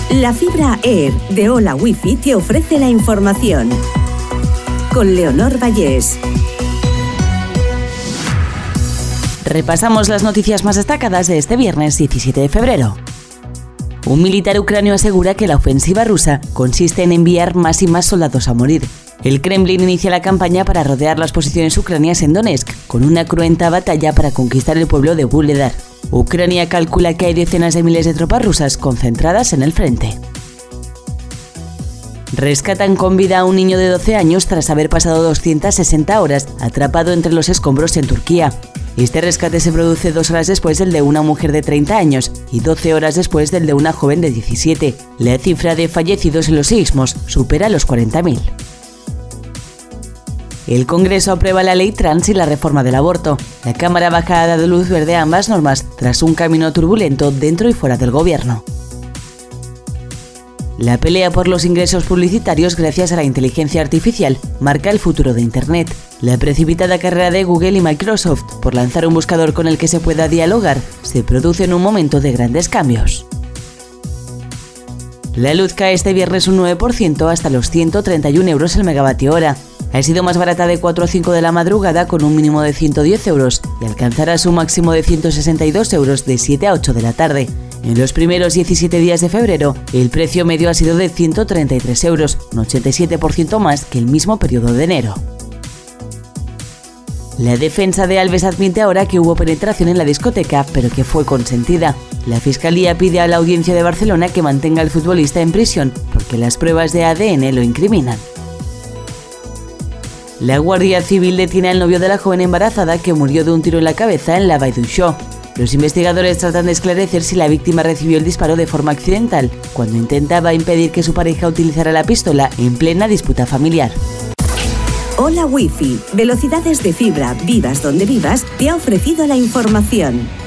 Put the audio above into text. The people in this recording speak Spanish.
La fibra Air de Hola Wifi te ofrece la información. Con Leonor Vallés. Repasamos las noticias más destacadas de este viernes 17 de febrero. Un militar ucranio asegura que la ofensiva rusa consiste en enviar más y más soldados a morir. El Kremlin inicia la campaña para rodear las posiciones ucranianas en Donetsk, con una cruenta batalla para conquistar el pueblo de Vuhledar. Ucrania calcula que hay decenas de miles de tropas rusas concentradas en el frente. Rescatan con vida a un niño de 12 años tras haber pasado 260 horas atrapado entre los escombros en Turquía. Este rescate se produce 2 horas después del de una mujer de 30 años y 12 horas después del de una joven de 17. La cifra de fallecidos en los sismos supera los 40.000. El Congreso aprueba la ley trans y la reforma del aborto. La Cámara Baja ha dado luz verde a ambas normas tras un camino turbulento dentro y fuera del gobierno. La pelea por los ingresos publicitarios gracias a la inteligencia artificial marca el futuro de Internet. La precipitada carrera de Google y Microsoft por lanzar un buscador con el que se pueda dialogar se produce en un momento de grandes cambios. La luz cae este viernes un 9% hasta los 131 euros el megavatio hora. Ha sido más barata de 4 a 5 de la madrugada con un mínimo de 110 euros y alcanzará su máximo de 162 euros de 7 a 8 de la tarde. En los primeros 17 días de febrero, el precio medio ha sido de 133 euros, un 87% más que el mismo periodo de enero. La defensa de Alves admite ahora que hubo penetración en la discoteca, pero que fue consentida. La Fiscalía pide a la Audiencia de Barcelona que mantenga al futbolista en prisión porque las pruebas de ADN lo incriminan. La Guardia Civil detiene al novio de la joven embarazada que murió de un tiro en la cabeza en la Vall d'Uixó. Los investigadores tratan de esclarecer si la víctima recibió el disparo de forma accidental, cuando intentaba impedir que su pareja utilizara la pistola en plena disputa familiar. Hola Wifi, velocidades de fibra, vivas donde vivas, te ha ofrecido la información.